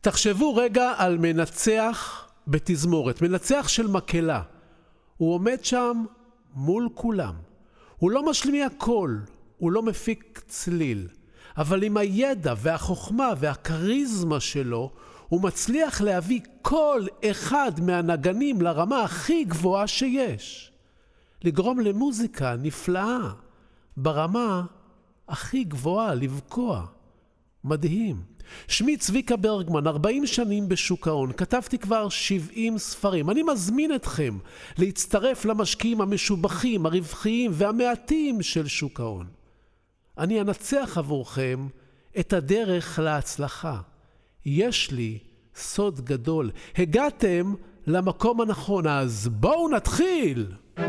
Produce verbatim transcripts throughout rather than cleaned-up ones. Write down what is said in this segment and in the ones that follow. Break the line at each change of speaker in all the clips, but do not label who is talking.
תחשבו רגע על מנצח בתזמורת, מנצח של מקהלה. הוא עומד שם מול כולם. הוא לא משלים הכל, הוא לא מפיק צליל. אבל עם הידע והחוכמה והקריזמה שלו, הוא מצליח להביא כל אחד מהנגנים לרמה הכי גבוהה שיש. לגרום למוזיקה נפלאה, ברמה הכי גבוהה, לבקוע. מדהים. שמי צביקה ברגמן, ארבעים שנים בשוק ההון, כתבתי כבר שבעים ספרים. אני מזמין אתכם להצטרף למשקיעים המשובחים, הרווחיים והמעטים של שוק ההון. אני אנצח עבורכם את הדרך להצלחה. יש לי סוד גדול. הגעתם למקום הנכון, אז בואו נתחיל!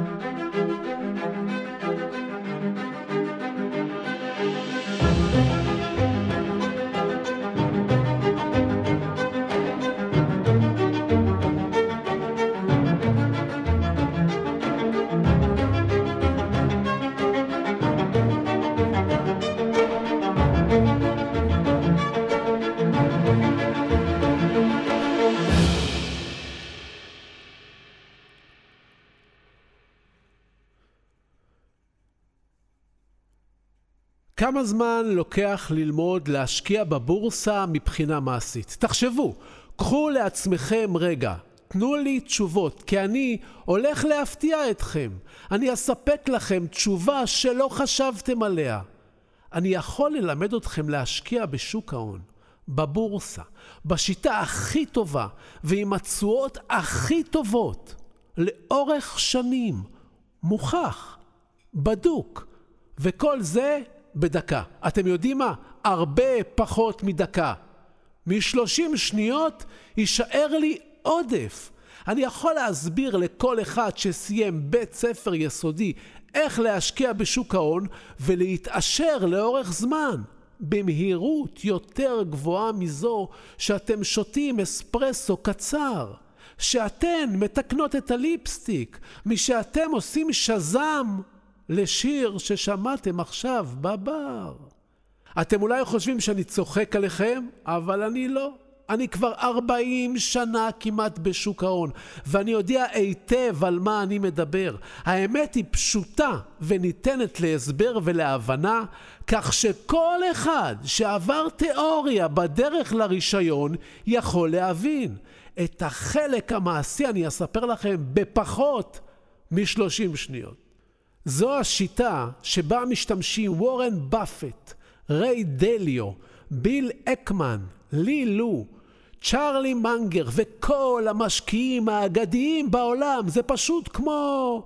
כמה זמן לוקח ללמוד להשקיע בבורסה מבחינה מעשית? תחשבו, קחו לעצמכם רגע, תנו לי תשובות, כי אני הולך להפתיע אתכם. אני אספק לכם תשובה שלא חשבתם עליה. אני יכול ללמד אתכם להשקיע בשוק ההון, בבורסה, בשיטה הכי טובה ועם התשואות הכי טובות, לאורך שנים, מוכח, בדוק, וכל זה בדקה. אתם יודעים מה? הרבה פחות מדקה. מ-שלושים שניות יישאר לי עודף. אני יכול להסביר לכל אחד שסיים בית ספר יסודי איך להשקיע בשוק ההון ולהתעשר לאורך זמן במהירות יותר גבוהה מזו שאתם שותים אספרסו קצר, שאתן מתקנות את הליפסטיק, משאתם עושים שזם לשיר ששמעתם עכשיו בבר. אתם אולי חושבים שאני צוחק עליכם, אבל אני לא. אני כבר ארבעים שנה כמעט בשוק ההון, ואני יודע היטב על מה אני מדבר. האמת היא פשוטה וניתנת להסבר ולהבנה, כך שכל אחד שעבר תיאוריה בדרך לרישיון יכול להבין. את החלק המעשי אני אספר לכם בפחות מ-שלושים שניות. זו השיטה שבה משתמשים וורן באפט, ריי דליו, ביל אקמן, לי לו, צ'רלי מנגר וכל המשקיעים האגדיים בעולם. זה פשוט כמו,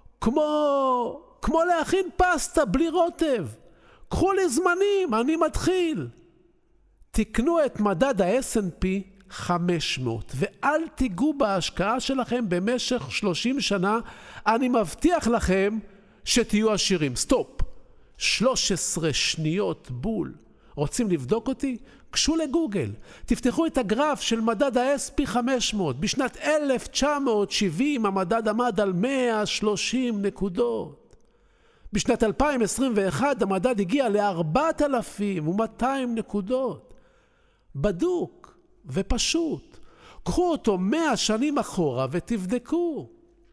כמו, כמו להכין פסטה בלי רוטב. קחו לי זמנים, אני מתחיל. תקנו את מדד ה-אס אנד פי חמש מאות ואל תיגעו בהשקעה שלכם במשך שלושים שנה. אני מבטיח לכם שתהיו עשירים. סטופ. שלוש עשרה שניות בול. רוצים לבדוק אותי? קשו לגוגל. תפתחו את הגרף של מדד ה-אס פי חמש מאות. בשנת אלף תשע מאות שבעים המדד עמד על מאה ושלושים נקודות. בשנת אלפיים עשרים ואחת המדד הגיע ל-ארבעת אלפים ומאתיים נקודות. בדוק ופשוט. קחו אותו מאה שנים אחורה ותבדקו.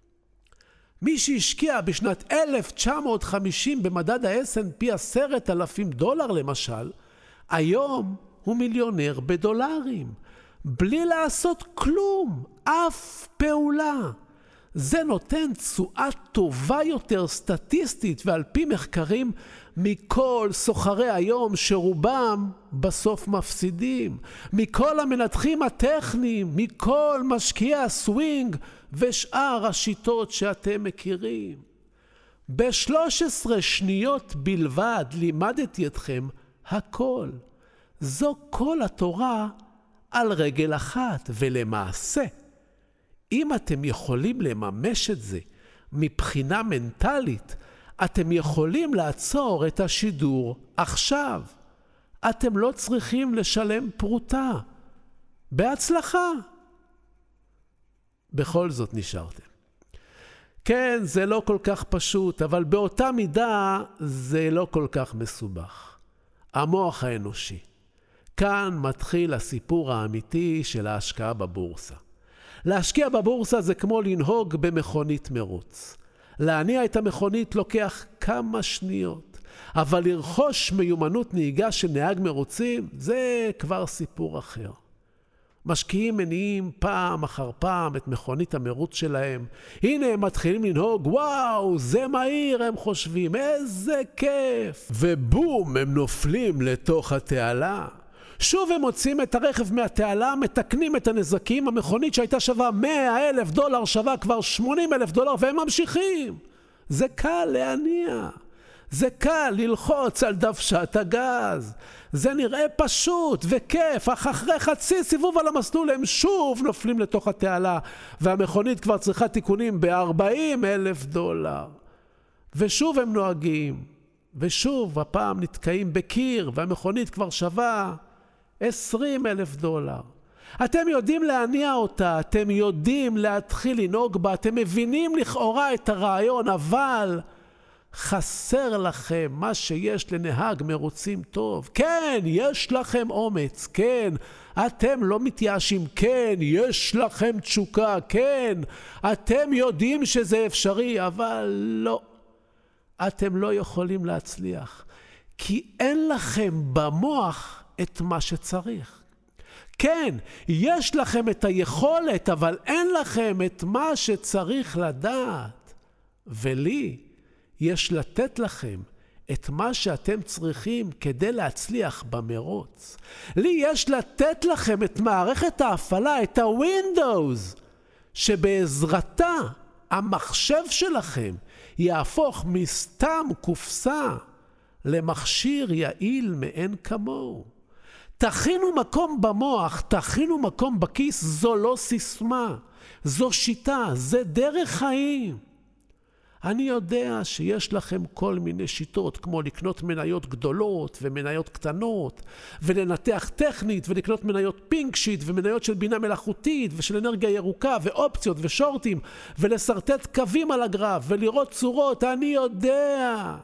מי שהשקיע בשנת אלף תשע מאות חמישים במדד ה-אס אנד פי עשרת אלפים דולר למשל, היום הוא מיליונר בדולרים, בלי לעשות כלום, אף פעולה. זה נותן תשואה טובה יותר סטטיסטית ועל פי מחקרים מכל סוחרי היום שרובם בסוף מפסידים, מכל המנתחים הטכניים, מכל משקיעי הסווינג ושאר השיטות שאתם מכירים. ב-שלוש עשרה שניות בלבד לימדתי אתכם הכל. זו כל התורה על רגל אחת, ולמעשה אם אתם יכולים לממש את זה מבחינה מנטלית, אתם יכולים לעצור את השידור עכשיו. אתם לא צריכים לשלם פרוטה. בהצלחה. בכל זאת נשארתם. כן, זה לא כל כך פשוט, אבל באותה מידה זה לא כל כך מסובך. המוח האנושי. כאן מתחיל הסיפור האמיתי של ההשקעה בבורסה. להשקיע בבורסה זה כמו לנהוג במכונית מרוץ. להניע את המכונית לוקח כמה שניות, אבל לרכוש מיומנות נהיגה של נהג מרוצים זה כבר סיפור אחר. משקיעים מניעים פעם אחר פעם את מכונית המרוץ שלהם. הנה הם מתחילים לנהוג, וואו, זה מהיר, הם חושבים, איזה כיף. ובום, הם נופלים לתוך התעלה. שוב הם מוצאים את הרכב מהתעלה, מתקנים את הנזקים, המכונית שהייתה שווה מאה אלף דולר שווה כבר שמונים אלף דולר, והם ממשיכים. זה קל להניע. זה קל ללחוץ על דוושת הגז. זה נראה פשוט וכיף, אך אחרי חצי סיבוב על המסלול הם שוב נופלים לתוך התעלה, והמכונית כבר צריכה תיקונים ב-ארבעים אלף דולר. ושוב הם נוהגים, ושוב הפעם נתקעים בקיר, והמכונית כבר שווה עשרים אלף דולר. אתם יודעים להניע אותה, אתם יודעים להתחיל לנהוג בה, אתם מבינים לכאורה את הרעיון, אבל חסר לכם מה שיש לנהג מרוצים טוב. כן, יש לכם אומץ, כן, אתם לא מתייאשים, כן, יש לכם תשוקה, כן, אתם יודעים שזה אפשרי, אבל לא, אתם לא יכולים להצליח, כי אין לכם במוח את מה שצריך. כן, יש לכם את היכולת, אבל אין לכם את מה שצריך לדעת. ולי יש לתת לכם את מה שאתם צריכים כדי להצליח במרוץ. לי יש לתת לכם את מערכת ההפעלה, את ה-Windows, שבעזרתה המחשב שלכם יהפוך מסתם קופסה למכשיר יעיל מאין כמוהו. תכינו מקום במוח, תכינו מקום בכיס, זו לא סיסמה, זו שיטה, זה דרך חיים. אני יודע שיש לכם כל מיני שיטות, כמו לקנות מניות גדולות ומניות קטנות, ולנתח טכנית ולקנות מניות פינק שיט ומניות של בינה מלאכותית ושל אנרגיה ירוקה ואופציות ושורטים, ולסרטט קווים על הגרף ולראות צורות. אני יודע.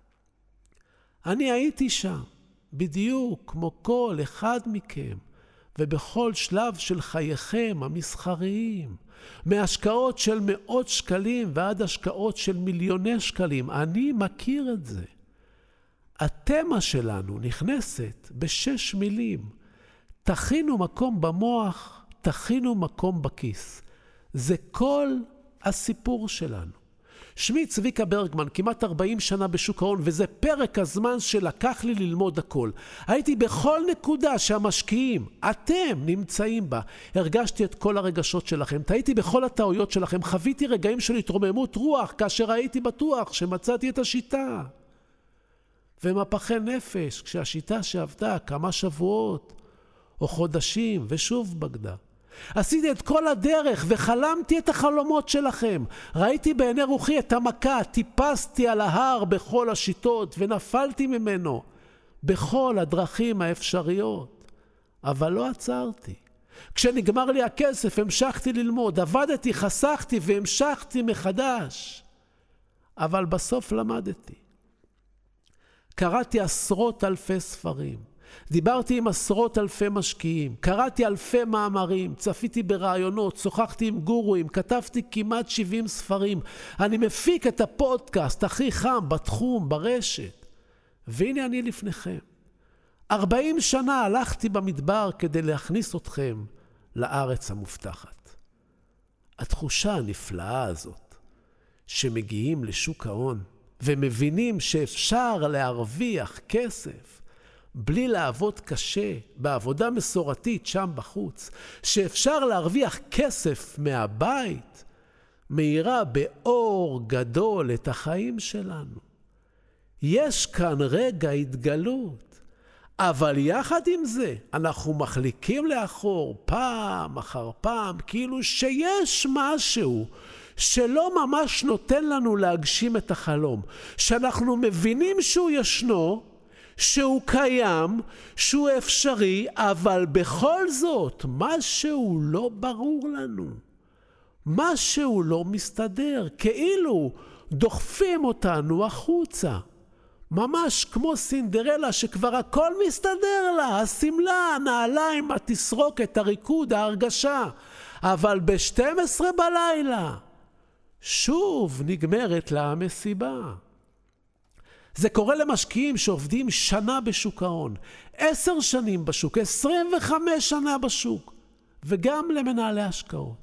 אני הייתי שם, בדיוק כמו כל אחד מכם, ובכל שלב של חייכם המסחריים, מהשקעות של מאות שקלים ועד השקעות של מיליוני שקלים. אני מכיר את זה. התמה שלנו נכנסת בשש מילים. תכינו מקום במוח, תכינו מקום בכיס. זה כל הסיפור שלנו. שמי צביקה ברגמן, כמעט ארבעים שנה בשוק ההון, וזה פרק הזמן שלקח לי ללמוד הכל. הייתי בכל נקודה שהמשקיעים, אתם נמצאים בה. הרגשתי את כל הרגשות שלכם, טעיתי בכל הטעויות שלכם, חוויתי רגעים של התרוממות רוח, כאשר הייתי בטוח שמצאתי את השיטה. ומפחי נפש, כשהשיטה שעבדה כמה שבועות או חודשים ושוב בגדה. עשיתי את כל הדרך וחלמתי את החלומות שלכם. ראיתי בעיני רוחי את המכה, טיפסתי על ההר בכל השיטות ונפלתי ממנו בכל הדרכים האפשריות. אבל לא עצרתי. כשנגמר לי הכסף המשכתי ללמוד, עבדתי, חסכתי והמשכתי מחדש. אבל בסוף למדתי. קראתי עשרות אלפי ספרים. דיברתי עם עשרות אלפי משקיעים, קראתי אלפי מאמרים, צפיתי ברעיונות, שוחחתי עם גורואים, כתבתי כמעט שבעים ספרים. אני מפיק את הפודקאסט הכי חם בתחום, ברשת. והנה אני לפניכם. ארבעים שנה הלכתי במדבר כדי להכניס אתכם לארץ המובטחת. התחושה הנפלאה הזאת, שמגיעים לשוק ההון ומבינים שאפשר להרוויח כסף, בלי לעבוד קשה, בעבודה מסורתית שם בחוץ, שאפשר להרוויח כסף מהבית, מאירה באור גדול את החיים שלנו. יש כאן רגע התגלות, אבל יחד עם זה אנחנו מחליקים לאחור פעם אחר פעם, כאילו שיש משהו שלא ממש נותן לנו להגשים את החלום, שאנחנו מבינים שהוא ישנו, שהוא קיים, שהוא אפשרי, אבל בכל זאת משהו לא ברור לנו. משהו לא מסתדר, כאילו דוחפים אותנו החוצה. ממש כמו סינדרלה שכבר הכל מסתדר לה, השמלה, הנעליים, התסרוקת, הריקוד, ההרגשה. אבל ב-שתים עשרה בלילה שוב נגמרת לה המסיבה. זה קורה למשקיעים שעובדים שנה בשוק ההון, עשר שנים בשוק, עשרים וחמש שנה בשוק, וגם למנהלי השקעות.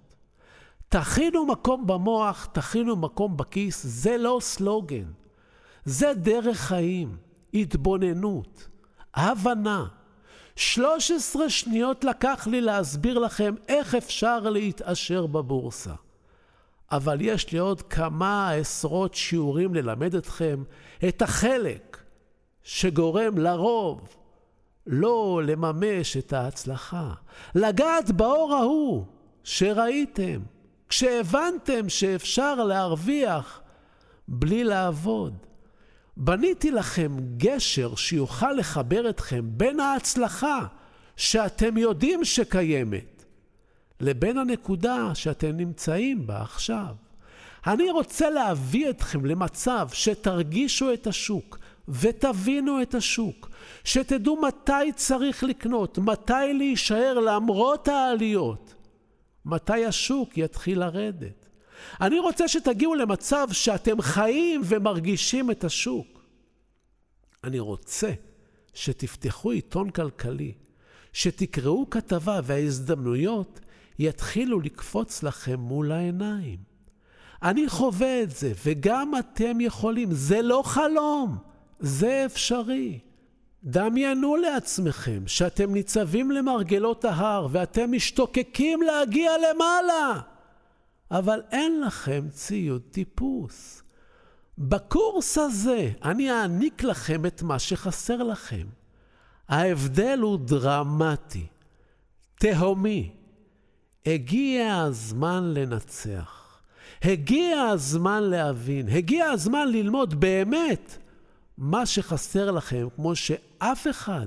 תכינו מקום במוח, תכינו מקום בכיס, זה לא סלוגן. זה דרך חיים, התבוננות, הבנה. שלוש עשרה שניות לקח לי להסביר לכם איך אפשר להתעשר בבורסה. אבל יש לי עוד כמה עשרות שיעורים ללמד אתכם את החלק שגורם לרוב לא לממש את ההצלחה. לגעת באור ההוא שראיתם, כשהבנתם שאפשר להרוויח בלי לעבוד. בניתי לכם גשר שיוכל לחבר אתכם בין ההצלחה שאתם יודעים שקיימת לבין הנקודה שאתם נמצאים בה עכשיו. אני רוצה להביא אתכם למצב שתרגישו את השוק ותבינו את השוק, שתדעו מתי צריך לקנות, מתי להישאר למרות העליות, מתי השוק יתחיל לרדת. אני רוצה שתגיעו למצב שאתם חיים ומרגישים את השוק. אני רוצה שתפתחו עיתון כלכלי, שתקראו כתבה וההזדמנויות יתחילו לקפוץ לכם מול העיניים. אני חווה את זה וגם אתם יכולים. זה לא חלום, זה אפשרי. דמיינו לעצמכם שאתם ניצבים למרגלות ההר ואתם משתוקקים להגיע למעלה. אבל אין לכם ציוד טיפוס. בקורס הזה אני אעניק לכם את מה שחסר לכם. ההבדל הוא דרמטי, תהומי. הגיע הזמן לנצח. הגיע הזמן להבין. הגיע הזמן ללמוד באמת מה שחסר לכם, כמו שאף אחד,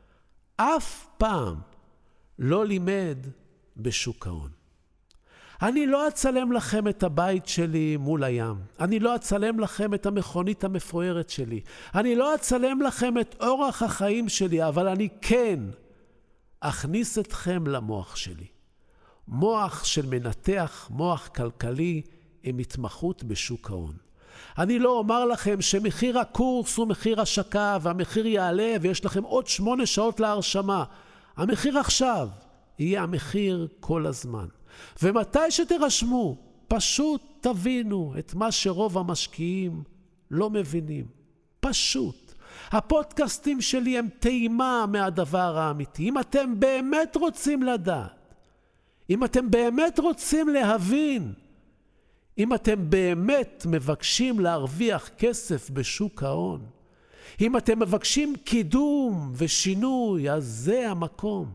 אף פעם לא לימד בשוק ההון. אני לא אצלם לכם את הבית שלי מול הים. אני לא אצלם לכם את המכונית המפוארת שלי. אני לא אצלם לכם את אורח החיים שלי, אבל אני כן אכניס אתכם למוח שלי. מוח של מנתח, מוח כלכלי עם התמחות בשוק ההון. אני לא אומר לכם שמחיר הקורס הוא מחיר השקה והמחיר יעלה ויש לכם עוד שמונה שעות להרשמה. המחיר עכשיו יהיה המחיר כל הזמן. ומתי שתרשמו, פשוט תבינו את מה שרוב המשקיעים לא מבינים. פשוט. הפודקאסטים שלי הם טעימה מהדבר האמיתי. אם אתם באמת רוצים לדעת, אם אתם באמת רוצים להבין, אם אתם באמת מבקשים להרוויח כסף בשוק ההון, אם אתם מבקשים קידום ושינוי, אז זה המקום.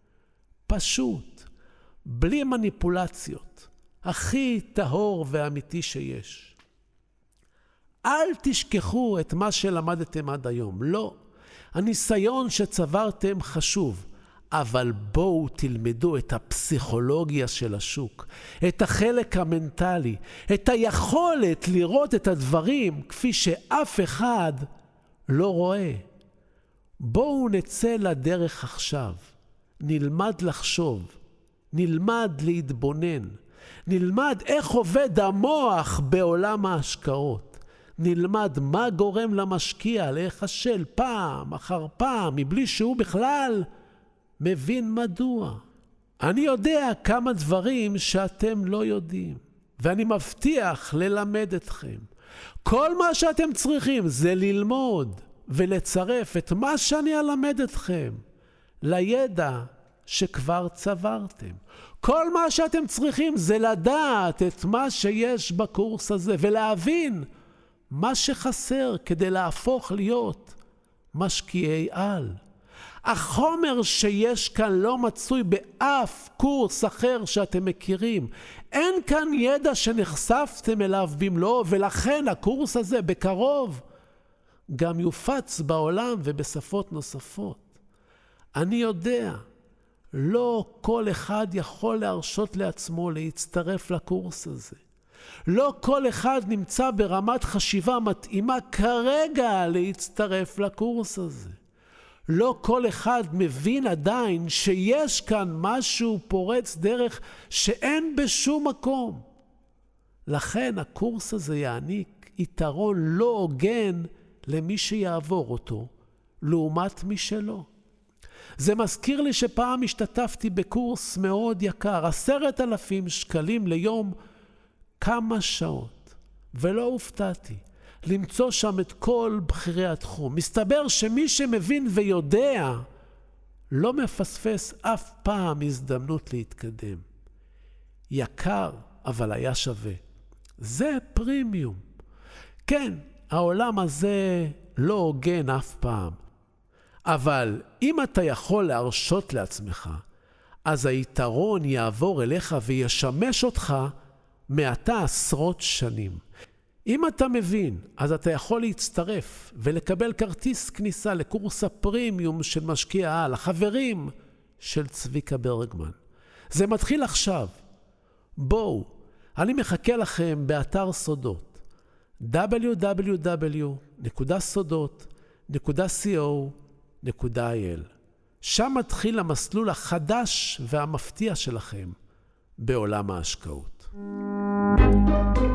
פשוט. בלי מניפולציות, הכי טהור ואמיתי שיש. אל תשכחו את מה שלמדתם עד היום. לא, הניסיון שצברתם חשוב, אבל בואו תלמדו את הפסיכולוגיה של השוק, את החלק המנטלי, את היכולת לראות את הדברים כפי שאף אחד לא רואה. בואו נצא לדרך עכשיו, נלמד לחשוב, נלמד להתבונן, נלמד איך עובד המוח בעולם ההשקעות, נלמד מה גורם למשקיע להיכשל פעם אחר פעם מבלי שהוא בכלל מבין מדוע. אני יודע כמה דברים שאתם לא יודעים, ואני מבטיח ללמד אתכם. כל מה שאתם צריכים זה ללמוד ולצרף את מה שאני אלמד אתכם לידע שכבר צברתם. כל מה שאתם צריכים זה לדעת את מה שיש בקורס הזה ולהבין מה שחסר כדי להפוך להיות משקיעי על. החומר שיש כאן לא מצוי באף קורס אחר שאתם מכירים. אין כאן ידע שנחשפתם אליו במלואו, ולכן הקורס הזה בקרוב גם יופץ בעולם ובשפות נוספות. אני יודע, לא כל אחד יכול להרשות לעצמו להצטרף לקורס הזה. לא כל אחד נמצא ברמת חשיבה מתאימה כרגע להצטרף לקורס הזה. לא כל אחד מבין עדיין שיש כאן משהו פורץ דרך שאין בשום מקום. לכן הקורס הזה יעניק יתרון לא הוגן למי שיעבור אותו, לעומת מי שלא. זה מזכיר לי שפעם השתתפתי בקורס מאוד יקר, עשרת אלפים שקלים ליום, כמה שעות, ולא הופתעתי למצוא שם את כל בחירי התחום. מסתבר שמי שמבין ויודע לא מפספס אף פעם הזדמנות להתקדם. יקר, אבל היה שווה. זה פרימיום. כן, העולם הזה לא הוגן אף פעם. אבל אם אתה יכול להרשות לעצמך, אז היתרון יעבור אליך וישמש אותך מעתה עשרות שנים. אם אתה מבין, אז אתה יכול להצטרף ולקבל כרטיס כניסה לקורס הפרימיום של משקיע העל, החברים של צביקה ברגמן. זה מתחיל עכשיו. בואו, אני מחכה לכם באתר סודות, דאבליו דאבליו דאבליו נקודה סודות נקודה קו נקודה איי אל. שם מתחיל המסלול החדש והמפתיע שלכם בעולם ההשקעות.